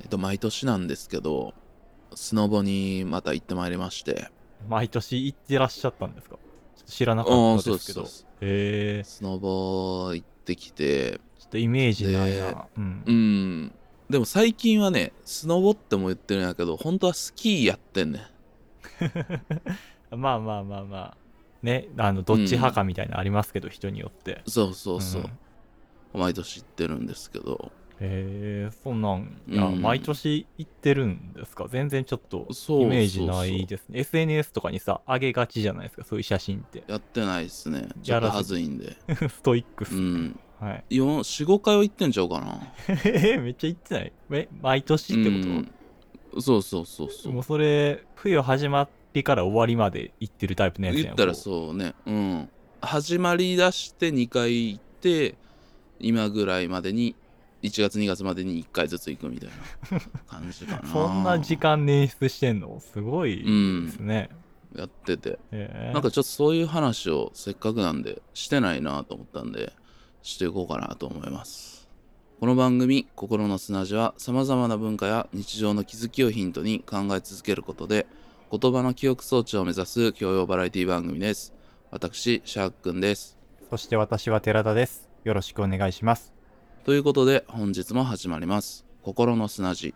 毎年なんですけど、スノボにまた行ってまいりまして。 毎年行ってらっしゃったんですか？ちょっと知らなかったそうですけど。 ですそうです。 へえ。 スノボ行ってきて、 ちょっとイメージないで、 な。うん。 でも最近はね、スノボっても言ってるんやけど、本当はスキーやってんねまあまあまあまあ。ね、どん。 っち派かみたいなのありますけど、人によって。 そうそうそう。 うん。 毎年行ってるんですけど。 へえ、そんなん、いうや、毎ん。 年行ってるんですか？全然ちょっとイそうメージそうそないですね。SNS とかにさ、上げがちじゃないですか、そういう写真って。 う。やってないっすね。ちょっとやらずに。 はずいんで。 ストイックっすね。 うん。 はい。 4、5回は行ってんちゃうかな。 めっちゃ行ってない？毎年うってこと？ ん。そうそうそうそう。 もうそれ、冬始まりから終わりまで行ってるタイプのやつやん、 言ったらほぼ。 そうね。うん。始まりだして2回行って、今ぐらいまでに、1月2月までに1回ずつ行くみたいな感じかそんな時な。 間捻出してんの？すごういですん。 ね。 やってて。なんへかちょっとそういう話をせっかくなんでしてないなと思ったんで、していこうかなと思います。この番組、心の砂地は様々な文化や日常の気づきをヒントに考え続けることで、言葉の記憶装置を目指す教養バラエティ番組です。私、シャークくんです。 そして私は寺田です。よろしくお願いします。 ということで、本日も始まります。心の砂地。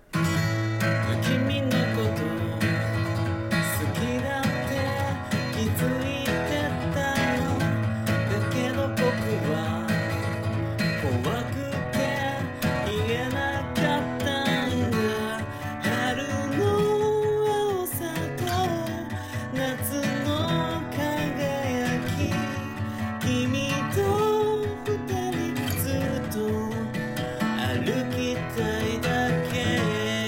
君のこと好きだって気づいてたよ。だけど僕は怖くて言えなかったんだ。春の青さと夏の輝き、君と二人ずっと歩きたいだけ。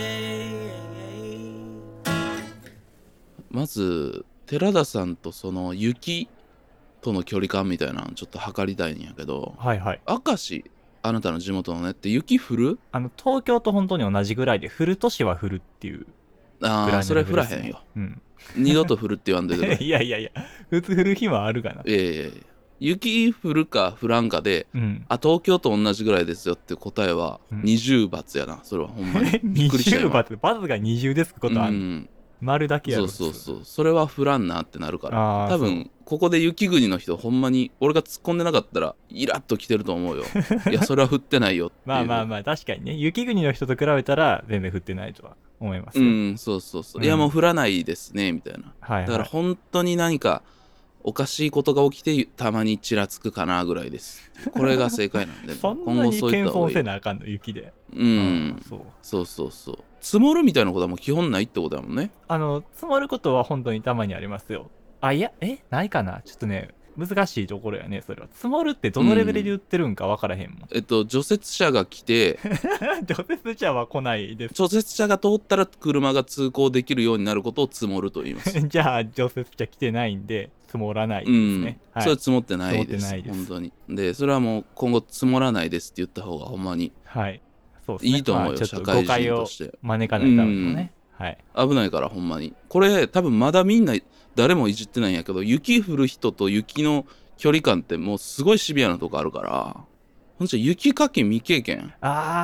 まず、寺田さんとその雪との距離感みたいなのちょっと測りたいんやけど、 はいはい。 明石、あなたの地元のねって雪降る？ 東京と本当に同じぐらいで、降る年は降るっていうぐああ、 らいのレそれベルですね。 降らへんよ。 うん。 二度と降るって言わんでてくれ。 いやいやいや、普通降る日はあるがな。 雪降るか降らんかで、 うん。 東京と同じぐらいですよって答えはうん 20罰やな。それはほんまに。びっくりした 20 今。 バツが20でつくことあんの？丸だけやろ。 そうそうそう。それは降らんなってなるから。 ああ、そう。 多分、ここで雪国の人、ほんまに、俺が突っ込んでなかったら、イラッと来てると思うよ。いや、それは降ってないよっていう。 まあまあまあ、確かにね。雪国の人と比べたら全然降ってないとは思いますよ。 そうそうそう。 うんいや、もう降らないですね、みたいな。 はいはい。 だから本当に何か、おかしいことが起きて、たまにちらつくかなぐらいです。これが正解なんで、 そんなに謙遜せなあかんの、雪で。そう。 そうそうそう。積もるみたいなことはもう基本ないってことだもんね。 積もることは本当にたまにありますよ。いや、ないかな。ちょっとね、難しいところやね、それは。積もるってどのレベルで言ってるんか分からへんもん。 除雪車が来て、 除雪車は来ないです。 除雪車が通ったら車が通行できるようになることを積もると言います。 じゃあ、除雪車来てないんで、積もらないですね。はい。 それは積もってないです。 積もってないです。 本当に。で、それはもう今後積もらないですって言った方がほんまにはい。そうですね。 いいと思うよ、 ちょっと誤解を社会人として。 招かないためのね。はい。 危ないからほんまに。これ多分まだみんな誰もいじってないんやけど、雪降る人と雪の距離感ってもうすごいシビアなとこあるから。ほんじゃ雪かき未経験？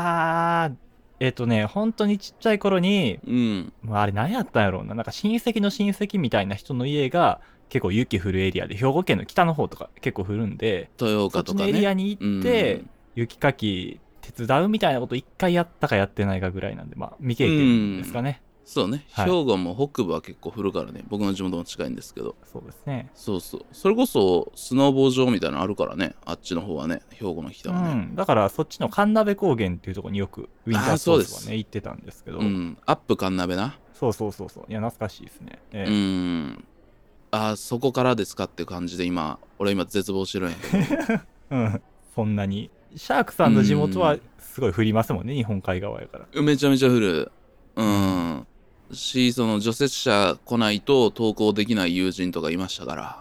本当にちっちゃい頃に、 もうあれ何やったんやろうな。なんか親戚の親戚みたいな人の家が結構雪降るエリアで、兵庫県の北の方とか結構降るんで、 豊岡とかね。 そっちのエリアに行って、雪かき手伝うみたいなこと一回やったかやってないかぐらいなんで、まあ未経験ですかね。 そうね、 はい、 兵庫も北部は結構降るからね。僕の地元も近いんですけど。 そうですね。 そうそう。それこそスノーボー場みたいなのあるからね。あっちの方はね。兵庫の北はね。 だからそっちの神鍋高原っていうところによくウィンタースポーツはね行ってたんですけど。 アップ神鍋な。 そう。いや懐かしいですね。 そこからですかって感じで俺今絶望してるんやけど。そんなに。シャークさんの地元はすごい降りますもんね、日本海側やから。 めちゃめちゃ降る。その除雪車来ないと登校できない友人とかいましたから。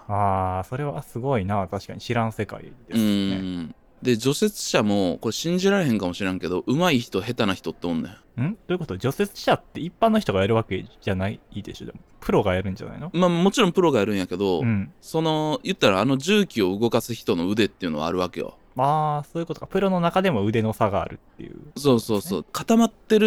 それはすごいな。確かに知らん世界ですね。 で、除雪車もこれ信じられへんかもしれんけど、上手い人下手な人っておんねん。 どういうこと？除雪車って一般の人がやるわけじゃないでしょ？でもプロがやるんじゃないの？ まあもちろんプロがやるんやけど、その言ったら重機を動かす人の腕っていうのはあるわけよ。 そういうことか。プロの中でも腕の差があるっていう、 そう。固まってる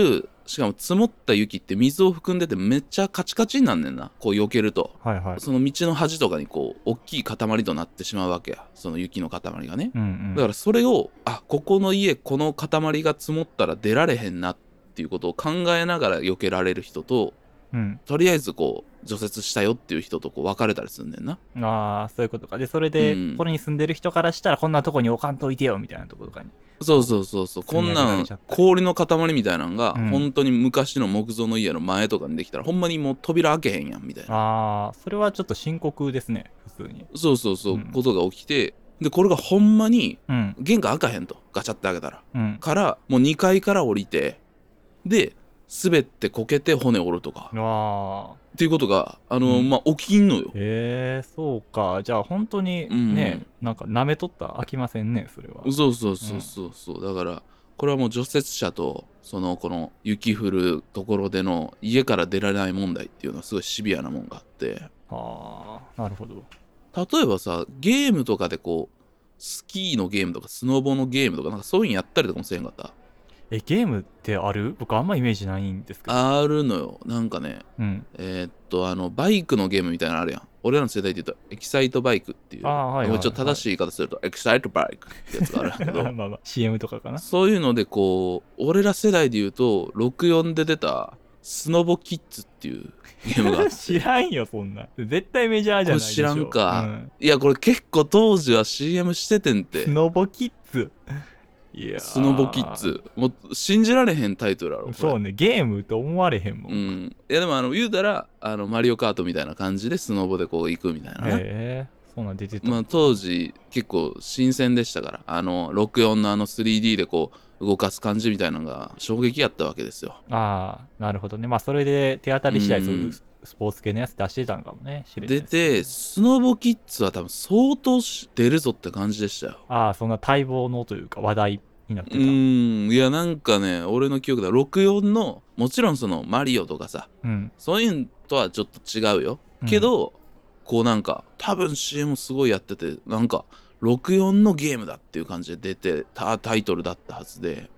しかも積もった雪って水を含んでてめっちゃカチカチになんねんな。こう避けると。 はいはい。 その道の端とかにこう大きい塊となってしまうわけや。その雪の塊がね。 うんうん。 だからそれをここの家この塊が積もったら出られへんなっていうことを考えながら避けられる人と、とりあえずこう除雪したよっていう人とこう分かれたりするんだよな。 ああ、そういうことか。で、それで、 うんこれに住んでる人からしたら、こんなとこに置かんといてよみたいなところとかに。 そうそうそうそう。こん積み上げなんられちゃった氷の塊みたいなのが、 うん本当に昔の木造の家の前とかにできたらほんまにもう扉開けへんやんみたいな。 ああ、それはちょっと深刻ですね、普通に。 そうそうそう、 うんことが起きて、でこれがほんまにうん。 玄関開かへんと、ガチャって開けたらうん。 からもう2階から降りて、で滑ってこけて骨折るとかああ。 っていうことがうん起きんのよ。 へえ、そうか。じゃあ本当にうんね、なんか舐めとったら飽きませんね、それは。 そうそうそうそうそう、だからこれはもう除雪車とこの雪降るところでの家から出られない問題っていうのはすごいシビアなもんがあって、 ああ、なるほど。 例えばさゲームとかでこうスキーのゲームとかスノボのゲームとかなんかそういうのやったりとかもせんかった？ ゲームってある？僕あんまイメージないんですけど。 あるのよ。なんかね、 うん。 バイクのゲームみたいなのあるやん。俺らの世代で言うとエキサイトバイクっていう、 はいはいちょっと正しい言い方するとエキサイトバイクってやつがあるんだけどまあまあ、CM とかかな。 そういうのでこう俺ら世代で言うと64で出たスノボキッズっていうゲームがあって知らんよ、そんな。絶対メジャーじゃないでしょ。 これ知らんかうんいやこれ結構当時は CM しててんて。 スノボキッズ。いやースノボキッズもう信じられへんタイトルやろこれ。 そうね、ゲームと思われへんもん。 うんいやでも言うたらマリオカートみたいな感じでスノボでこう行くみたいなね。 へえ、そんなん出てた。 まあ当時結構新鮮でしたから64の3D でこう動かす感じみたいなのが衝撃やったわけですよ。 ああ、なるほどね。まあ、それで手当たり次第、そういううんスポーツ系のやつ出してたんかもね。知れない出ですてスノボキッズは多分相当出るぞって感じでしたよ。 ああ、そんな待望のというか話題になってた。 いやなんかね俺の記憶では64のもちろんそのマリオとかさうん。 そういうのとはちょっと違うよ、けどこうなんか多分 CM すごいやっててなんか64のゲームだっていう感じで出てたタイトルだったはずで、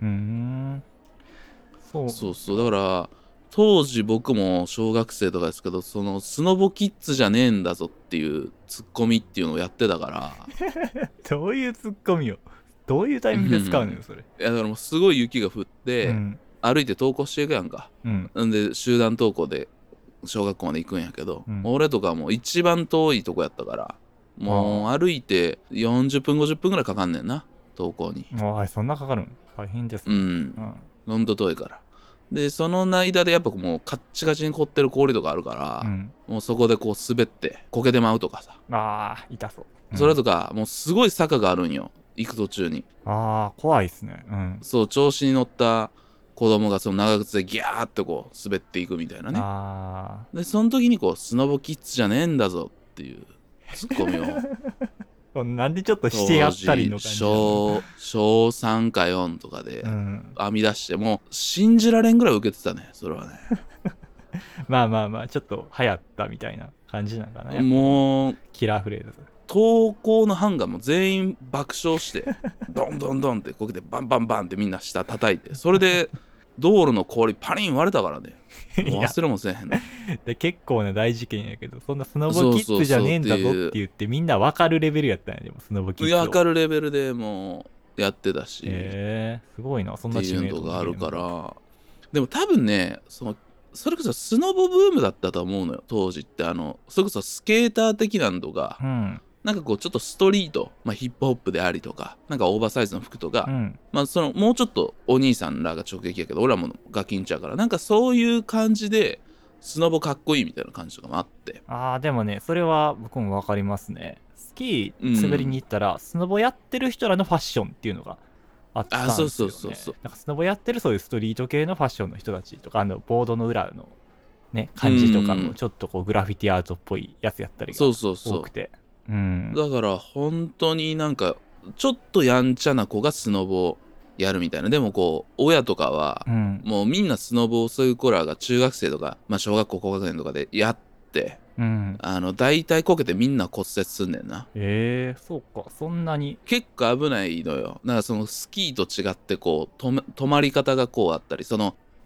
そう。 そうそうだから当時僕も小学生とかですけどそのスノボキッズじゃねえんだぞっていうツッコミっていうのをやってたからどういうツッコミをどういうタイミングで使うのよ、それ。 いやだからもうすごい雪が降って、 うん。 歩いて登校していくやんか。 うん。 んで集団登校で小学校まで行くんやけど、 うん俺とかはもう一番遠いとこやったからもう歩いて40分50分ぐらいかかんねんな登校に。 ああ、そんなかかるん大変ですね。 うんうん。 ほんと遠いから。でその間でやっぱもうカッチカチに凍ってる氷とかあるから、 うん。 もうそこでこう滑ってこけてまうとかさ、 ああ、痛そう。うんそれとかもうすごい坂があるんよ行く途中に。 ああ、怖いっすね。うん。 そう調子に乗った子供がその長靴でギャーってこう滑っていくみたいなね。 あでその時にこうスノボキッズじゃねえんだぞっていうツッコミをあ。なんでちょっとしてやったりの感じなの小3か4とかでうん。 編み出してもう信じられんぐらい受けてたねそれはね。 まあまあまあ、ちょっと流行ったみたいな感じなんかな。 もうキラーフレーズ。 登校の班がもう全員爆笑してドンドンドンってこけてバンバンバンってみんな下叩いてそれで道路の氷パリン割れたからね。もう忘れもせえへんね。 で結構な大事件やけど、そんなスノボキッズじゃねえんだぞって言ってみんな分かるレベルやったんやでもスノボキッズを。 分かるレベルでもうやってたし、 すごいな、そんっていうな知名度のがあるか。ら。でも多分ねそれこそスノボブームだったと思うのよ当時って。それこそスケーター的なのがうん。 なんかこうちょっとストリート、ヒップホップでありとかなんかオーバーサイズの服とか、 うん。 もうちょっとお兄さんらが直撃やけど俺らもガキンチャやからなんかそういう感じでスノボかっこいいみたいな感じとかもあって。 ああ、でもね、それは僕も分かりますね。スキー滑りに行ったら、スノボやってる人らのファッションっていうのがあったんですよ、ね。 そうそうそうなんかスノボやってるそういうストリート系のファッションの人たちとか、ボードの裏のね、感じとかもちょっとこうグラフィティアートっぽいやつやったりがそうそうそう多くて。うん。 だから本当になんかちょっとやんちゃな子がスノボやるみたいな。でもこう親とかはうん。 もうみんなスノボをそういう子らが中学生とか、小学校高学年とかでやってうん。 大体こけてみんな骨折すんねんな。 そうか、そんなに。 結構危ないのよ。だからそのスキーと違ってこう止まり方がこうあったり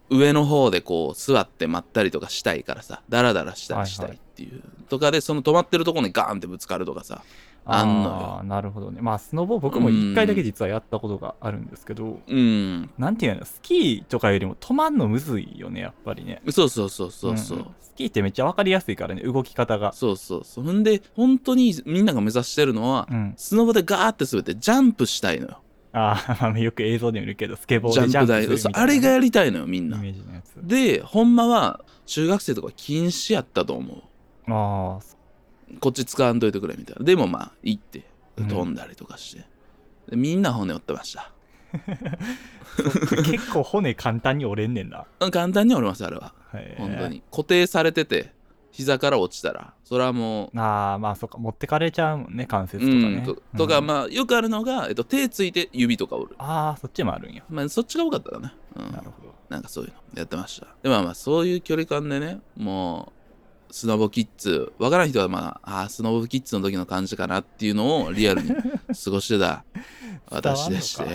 上の方でこう座って待ったりとかしたいからさ、ダラダラしたりしたいっていう、とかでその止まってるところにガーンってぶつかるとかさ、あんのよ。 なるほどね。まあスノボ僕も1回だけ実はやったことがあるんですけど、なんていうの、スキーとかよりも止まんのむずいよね、やっぱりね。 そうそうそうそうそう、 スキーってめっちゃ分かりやすいからね、動き方が。 そうそうそう。ほんで本当にみんなが目指してるのは、スノボでガーって滑ってジャンプしたいのよ。 よく映像で見るけど、スケボーでジャンプするみたいな、 あれがやりたいのよみんな。 イメージのやつでほんまは中学生とか禁止やったと思う。こっち使わんといてくれみたいな。でもまあ行って飛んだりとかして、でみんな骨折ってました。 結構骨簡単に折れんねんな。 簡単に折れます、あれは。本当に固定されてて、膝から落ちたらそれはもうまあそっか、持ってかれちゃうもんね、関節とかね。 とかまあよくあるのが、手ついて指とか折る。 そっちもあるんや。 まあそっちが多かったらね。 なるほど。 なんかそういうのやってました。でまあそういう距離感でね、もうスノボキッズわからん人はまあスノボキッズの時の感じかなっていうのをリアルに過ごしてた私でして、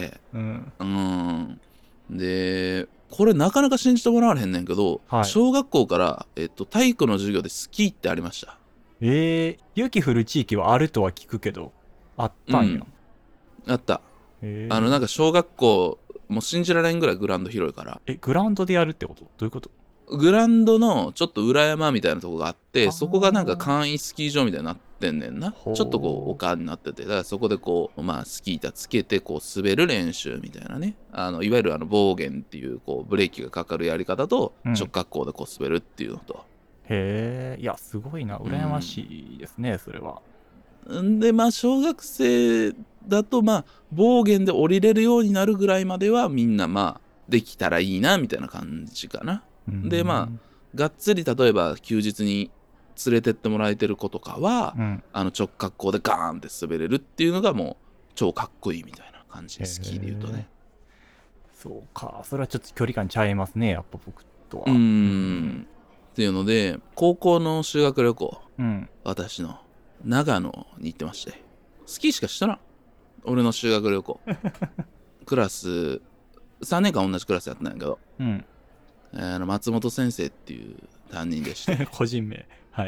でこれなかなか信じてもらわれへんねんけど、小学校から、体育の授業でスキーってありました。 雪降る地域はあるとは聞くけど、あったんや。 あった。なんか小学校もう信じられんぐらいグラウンド広いから。 グラウンドでやるってこと？どういうこと？ グラウンドのちょっと裏山みたいなとこがあって、そこがなんか簡易スキー場みたいになってんねんな。ちょっとこう丘になってて、だからそこでこうスキー板つけてこう滑る練習みたいなね、いわゆるボーゲンっていうこうブレーキがかかるやり方と、直角行でこう滑るっていうのと。 いやすごいな、羨ましいですね、それは。 でまあ小学生だとボーゲンで降りれるようになるぐらいまではみんなできたらいいなみたいな感じかな。でがっつり例えば休日に連れてってもらえてる子とかは、直角行でガーンって滑れるっていうのがもう超かっこいいみたいな感じ、スキーで言うとね。 そうか、それはちょっと距離感ちゃいますね、やっぱ僕とは。 っていうので高校の修学旅行、私の長野に行ってまして、スキーしかしとらん俺の修学旅行クラス3年間同じクラスやったんやけど、松本先生っていう担任でして個人名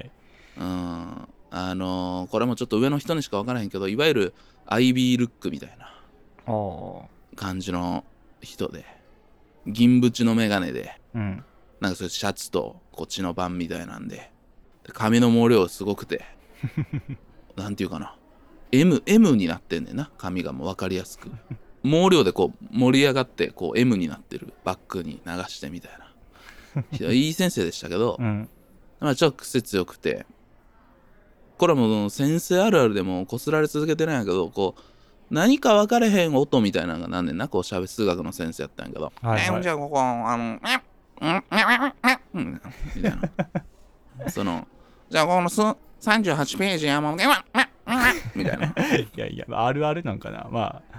これもちょっと上の人にしか分からへんけど、いわゆるアイビールックみたいな感じの人で、銀縁の眼鏡で、なんかそういうシャツとこっちの版みたいなんで、髪の毛量すごくてなんていうかな、 M になってんねんな、髪がもう分かりやすく毛量でこう盛り上がってこう M になってるバッグに流してみたいないい先生でしたけど、ちょっと癖強くて、これはもう先生あるあるでもこすられ続けてないんやけど、こう何か分かれへん音みたいなのがなんねんな、こう数学の先生やったんやけど、じゃあここみたいなそのじゃあこの38ページやもんみたいないやあるあるなんかな、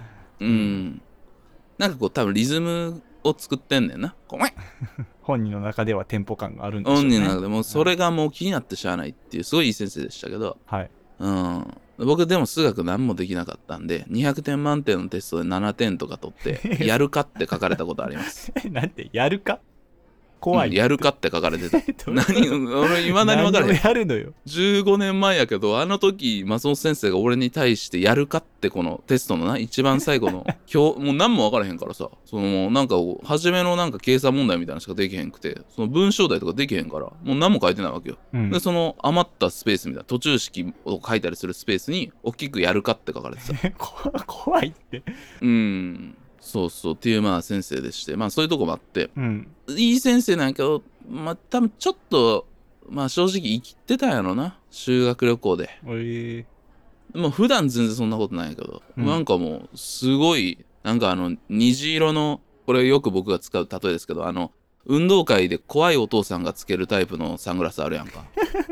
なんかこう多分リズムを作ってんねんな、 本人の中ではテンポ感があるんでしょうね。 本人の中でもそれがもう気になってしゃあないっていう、すごいいい先生でしたけど、僕でも数学何もできなかったんで、200点満点のテストで7点とか取ってやるかって書かれたことありますなんてやるか怖い、 やるかって書かれてた俺いまだに分からへん。 何をやるのよ。 15年前やけど、あの時松本先生が俺に対してやるかってこのテストのな一番最後の今日もう何も分からへんからさ、そのもうなんか初めのなんか計算問題みたいなのしかできへんくて、その文章題とかできへんからもう何も書いてないわけよ、でその余ったスペースみたいな途中式を書いたりするスペースに大きくやるかって書かれてた怖いってそうそうっていう先生でして、そういうとこもあって、いい先生なんやけど、多分ちょっと正直生きてたんやろな、修学旅行で。もう普段全然そんなことないんやけど、なんかもうすごいなんか虹色の、これよく僕が使う例えですけど、運動会で怖いお父さんがつけるタイプのサングラスあるやんか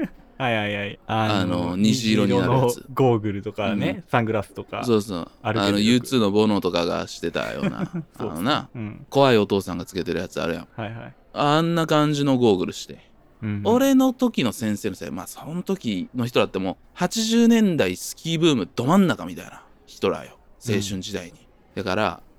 虹色になるやつ、 ゴーグルとかね、サングラスとか、 そうそう、U2 のボノとかがしてたような怖いお父さんがつけてるやつあるやん、あんな感じのゴーグルして、俺の時の先生のせい、その時の人だってもう80年代スキーブームど真ん中みたいな人らよ、青春時代に、だから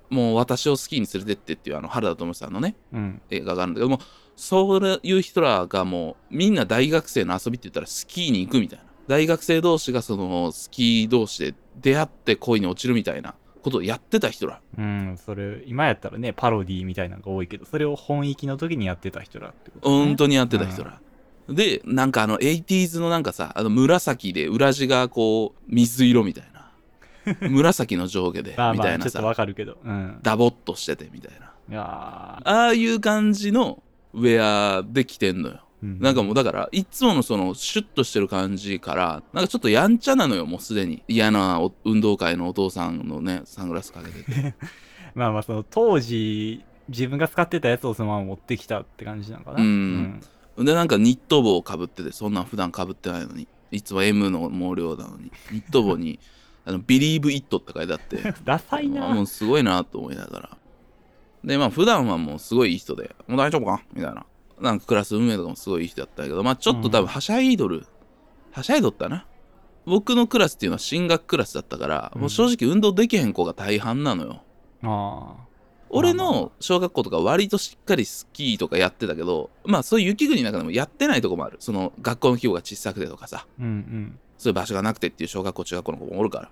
もう私をスキーに連れてってっていう原田知世さんのねうん映画があるんだけども、そういう人らがもうみんな大学生の遊びって言ったらスキーに行くみたいな、大学生同士がそのスキー同士で出会って恋に落ちるみたいなことをやってた人ら。 それ今やったらねパロディみたいなのが多いけど、それを本意気の時にやってた人らってことね。 本当にやってた人ら。で、なんか80s のなんかさ、紫で裏地がこう、水色みたいな。紫の上下で、 まあみたいなまあちょっとわさ、 かるけど、 ダボっとしててみたいな。 いやああいう感じのウェアで着てんのよ。なんかもうだから、いつものそのシュッとしてる感じから、なんかちょっとやんちゃなのよ、もうすでに。嫌な運動会のお父さんのね、サングラスかけてて。 まあまあその当時自分が使ってたやつをそのまま持ってきたって感じなのかな。 で、なんかニット帽をかぶってて、そんなん普段かぶってないのに、いつも M の毛量なのに、ニット帽に、Believe It って書いてあって、 ダサいな。 もうすごいなと思いながら。で、まあ普段はもうすごいいい人で、もう大丈夫かみたいな。なんかクラス運営とかもすごいいい人だったんだけど、まあちょっと多分はしゃいどったな。僕のクラスっていうのは進学クラスだったから、もう正直運動できへん子が大半なのよ。俺の小学校とか割としっかりスキーとかやってたけど、まあそういう雪国の中でもやってないとこもある。その学校の規模が小さくてとかさ、そういう場所がなくてっていう小学校中学校の子もおるから。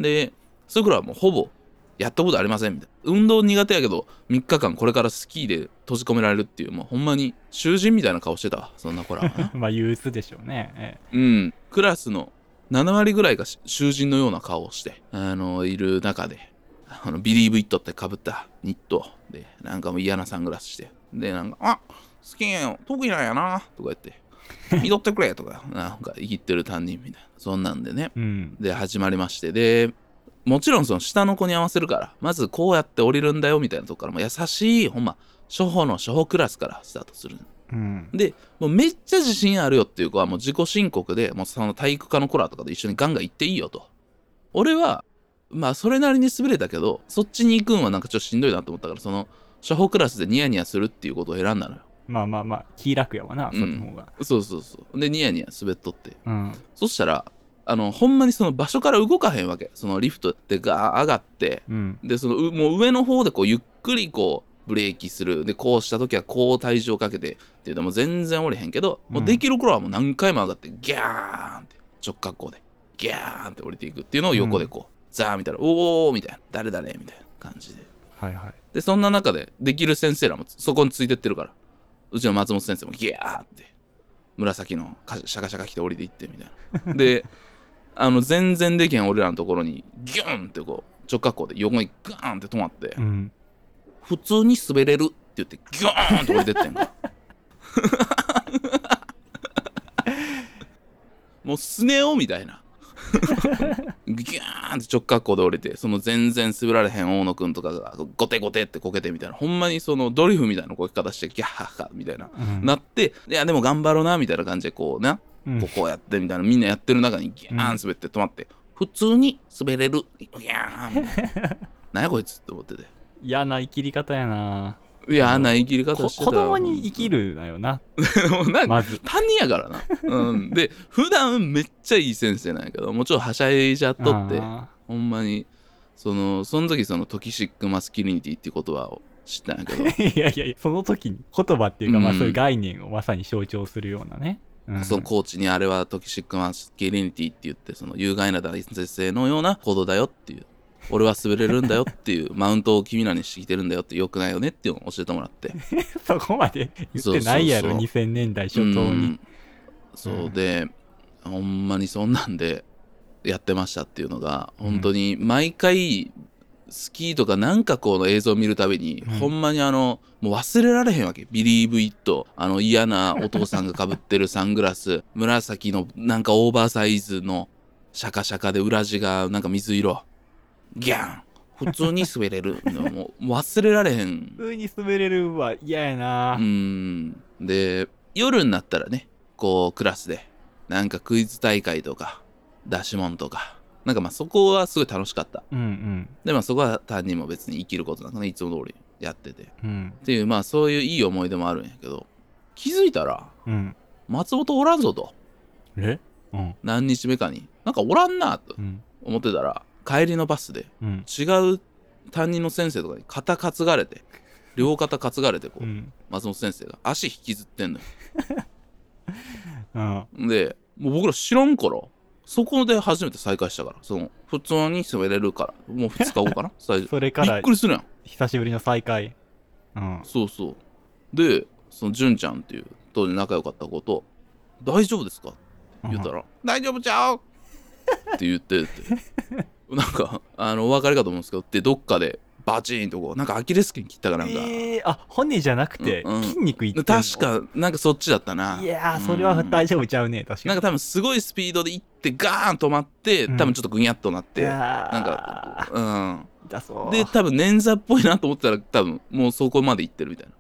で、そういう頃はもうほぼやったことありませんみたいな。運動苦手やけど3日間これからスキーで閉じ込められるっていう、もうほんまに囚人みたいな顔してたわ、そんな子らは。 まあ憂鬱でしょうね。 クラスの7割ぐらいが囚人のような顔をしている中で、ビリーブイットってかぶったニットで、なんかもう嫌なサングラスして、で、なんか、好きやよ、得意なんやな、とか言って、見とってくれ、とか、なんか、生きってる担任みたいな。そんなんでね。で、始まりまして、で、もちろんその下の子に合わせるから、まずこうやって降りるんだよ、みたいなとこから、もう優しい、ほんま、初歩クラスからスタートする。で、もうめっちゃ自信あるよっていう子は、もう自己申告で、もうその体育科の子らとかで一緒にガンガン行っていいよと。俺は、まあそれなりに滑れたけど、そっちに行くんはなんかちょっとしんどいなと思ったから、その初歩クラスでニヤニヤするっていうことを選んだのよ。 まあ気楽やわな、その方が。 そうでニヤニヤ滑っとって、そしたらほんまにその場所から動かへんわけ。そのリフトでガー上がって、でそのもう上の方でこうゆっくりこうブレーキする、でこうした時はこう体重をかけてっていうのも全然降りへんけど、もうできる頃はもう何回も上がってギャーンって直角行でギャーンって降りていくっていうのを横でこう、ザーみたいな、おーみたいな、誰みたいな感じで。で、そんな中で、できる先生らもそこについてってるから、うちの松本先生もギャーって、紫のシャカシャカ着て降りていってみたいな。で、全然できへん俺らのところに、ギュンってこう、直角行で横にガーンって止まって、普通に滑れるって言って、ギューンって降りてってんか。もうスネ夫みたいな。ギューンって直角行で降りて、その全然滑られへん大野くんとかがゴテゴテってこけてみたいな、ほんまにそのドリフみたいなこき方してギャッハッハみたいな、なって、いやでも頑張ろうなみたいな感じでこうな、こうやってみたいな、みんなやってる中にギャーン滑って止まって、普通に滑れるギャーン何やこいつって思ってて、 嫌な生きり方やな。 いや、あんな生きり方してた。 子供に生きるなよな。まず担任やからな。で、普段めっちゃいい先生なんやけど、もちろんはしゃいじゃっとって、ほんまに、その時そのトキシックマスキュリニティっていう言葉を知ったんやけど。 いや、その時に言葉っていうか、まあそういう概念をまさに象徴するようなね。 そのコーチにあれはトキシックマスキュリニティって言って、その有害な大先生のような行動だよっていう。俺は滑れるんだよっていう、マウントを君らにしてきてるんだよって、よくないよねっていうのを教えてもらって。 そこまで言ってないやろ、2000年代初頭に。 そうで、ほんまにそんなんでやってましたっていうのが、本当に毎回スキーとかなんかこの映像を見るたびに、ほんまにもう忘れられへんわけ。ビリーブイット、嫌なお父さんがかぶってるサングラス、紫のなんかオーバーサイズのシャカシャカで裏地がなんか水色。ギャン普通に滑れるもう忘れられへん。 普通に滑れるは嫌やな。 で、夜になったらね、こうクラスでなんかクイズ大会とか出し物とか、なんかまあそこはすごい楽しかった。でまあそこは担任も別に生きることなんかね、いつも通りやってて、っていう、まあそういういい思い出もあるんやけど、気づいたら、松本おらんぞと。何日目かになんかおらんなと思ってたら、帰りのバスで違う担任の先生とかに肩担がれて両肩担がれてこう、 うん松本先生が足引きずってんのよ。 うんでもう僕ら知らんからそこで初めて再会したから、その普通に滑れるからもう2日後かな最初それからびっくりするやん。 久しぶりの再会。うんそうそう。でその純ちゃんっていう当時仲良かった子と「大丈夫ですか?」って言ったら「大丈夫ちゃう!」って言っててなんかお分かりかと思うんですけどってどっかでバチーンとこうなんかアキレス腱切ったかなんか、 あ、骨じゃなくてうんうん筋肉いってんの。 確かなんかそっちだったな。 いやーそれは大丈夫ちゃうね、確かに。 なんか多分すごいスピードで行ってガーン止まってうん多分ちょっとグニャッとなって、 ななんか痛そうで多分捻挫っぽいなと思ったら多分もうそこまで行ってるみたい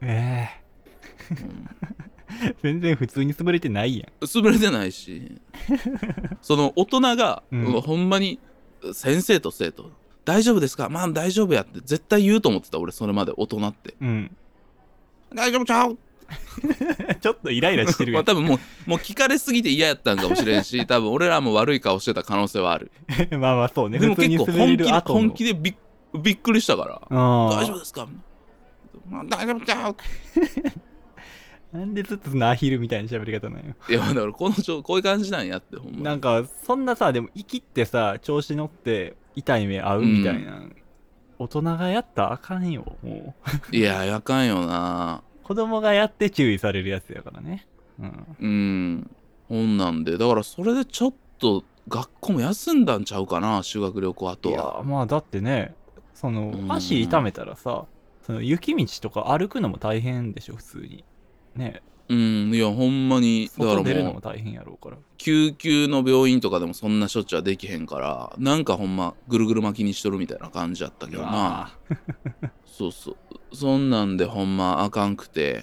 な、 全然普通に滑れてないやん。 滑れてないしその大人が、 うんほんまに先生と生徒大丈夫ですかまあ大丈夫やって絶対言うと思ってた俺それまで大人ってうん大丈夫ちゃうちょっとイライラしてるまやん。 あ多分もう聞かれすぎて嫌やったんかもしれんし多分俺らも悪い顔してた可能性はある。 まあまあそうね。 でも普通に結構滑れる後の本気でびっくりしたから大大丈夫ですか大丈夫ちゃうなんでずっとそのアヒルみたいな喋り方なんよ。 いやだからこういう感じなんやってほんまなんかそんなさ、でも生きってさ調子乗って痛い目合うみたいな、大人がやったらあかんよ。もういやあかんよな。 子供がやって注意されるやつやからね。 ほんなんでだからそれでちょっと学校も休んだんちゃうかな修学旅行後いやは。 まあだってね、そのうん足痛めたらさ、その雪道とか歩くのも大変でしょ普通にね。 いやほんまにだから外出るのもうも大変やろうから。 救急の病院とかでもそんな処置はできへんからなんかほんまぐるぐる巻きにしとるみたいな感じやったけどな。そうそうそんなんでほんまあかんくて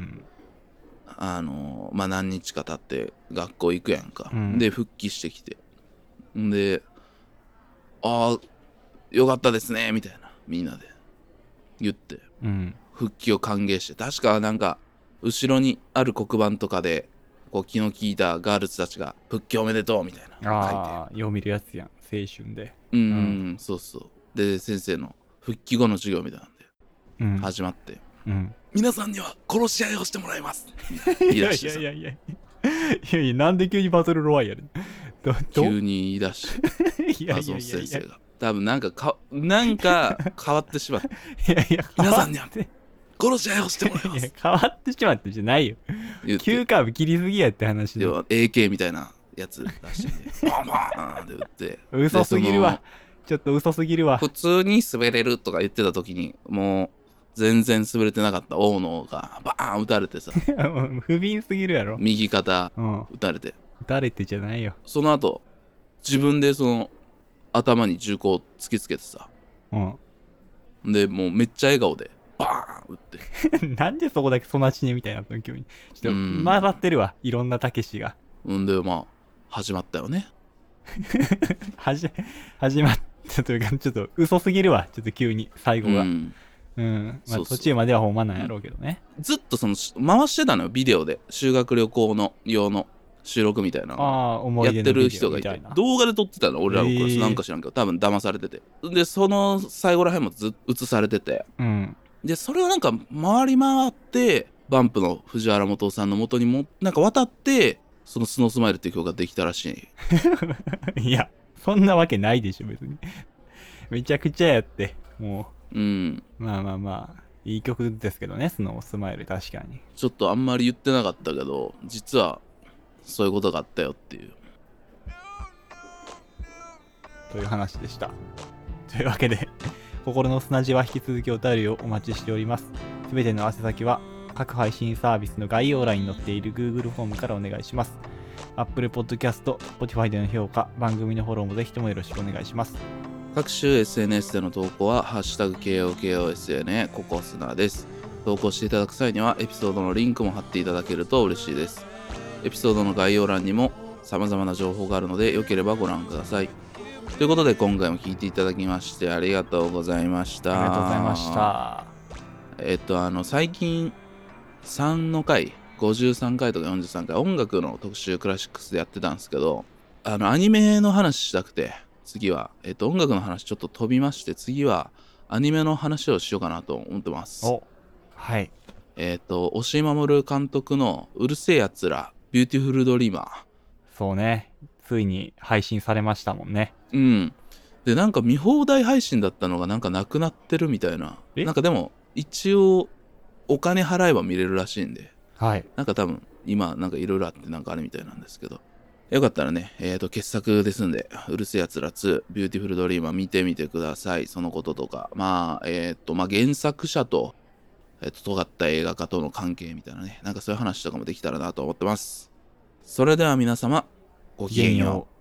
まあ何日か経って学校行くやんか、で復帰してきてでああよかったですねみたいなみんなで言って復帰を歓迎して、確かなんか後ろにある黒板とかでこう気の利いたガールズたちが復帰おめでとうみたいなああよう見るやつやん青春で。 そうそうで先生の復帰後の授業みたいなんで始まって、皆さんには殺し合いをしてもらいます言い出してさいやなんで急にバトルロワイヤル急に言い出して松本先生が多分なんか変わってしまって皆さんには殺し合いをしてもらいます変わってしまってじゃないよ。急カーブ切りすぎやって話では AK みたいなやつ出してバンバンって打って嘘すぎるわ。ちょっと嘘すぎるわ。 普通に滑れるとか言ってた時にもう全然滑れてなかった大野がバーン打たれてさ不憫すぎるやろ。 右肩打たれて、 打たれてじゃないよ。 その後自分でその頭に銃口を突きつけてさ、でもうめっちゃ笑顔でバーン打ってなんでそこだけそなちねみたいになったの急に。ちょっと混ざってるわいろんなたけしが。 でまあ始まったよね始まったというかちょっと嘘すぎるわちょっと急に最後が。まあ途中まではほんまなんやろうけどね。 ずっとその回してたのよビデオで修学旅行の用の収録みたいなのやってる人がいて動画で撮ってたの俺らのクラスなんか知らんけど多分騙されててでその最後らへんも映されてて、でそれをなんか回り回ってバンプの藤原元さんの元にもなんか渡ってそのスノースマイルっていう曲ができたらしいいやそんなわけないでしょ別にめちゃくちゃやってもうまあいい曲ですけどねスノースマイル確かにちょっとあんまり言ってなかったけど実はそういうことがあったよっていうという話でした。というわけで心の砂地は引き続きお便りをお待ちしております。すべての宛先は各配信サービスの概要欄に載っている Google フォームからお願いします。Apple Podcast、Spotify での評価、番組のフォローもぜひともよろしくお願いします。 各種 SNS での投稿はハッシュタグ KOKOSNA ココスナです。投稿していただく際にはエピソードのリンクも貼っていただけると嬉しいです。エピソードの概要欄にも様々な情報があるのでよければご覧ください。ということで今回も聞いていただきましてありがとうございました。 ありがとうございました。 最近3の回53回とか43回音楽の特集クラシックスでやってたんですけどアニメの話したくて次は、音楽の話ちょっと飛びまして次はアニメの話をしようかなと思ってます。 お、はい。 押井守監督のうるせえやつら、ビューティフルドリーマー。 そうね。ついに配信されましたもんね。 うん。で、なんか見放題配信だったのがなんかなくなってるみたいな。なんかでも、一応、お金払えば見れるらしいんで。 はい。 なんか多分、今、なんかいろいろあってなんかあるみたいなんですけど。よかったらね、傑作ですんで、うるせえやつら2、ビューティフルドリーマー見てみてください。そのこととか。まあ、原作者と、尖った映画化との関係みたいなね。なんかそういう話とかもできたらなと思ってます。それでは皆様、ごきげんよう。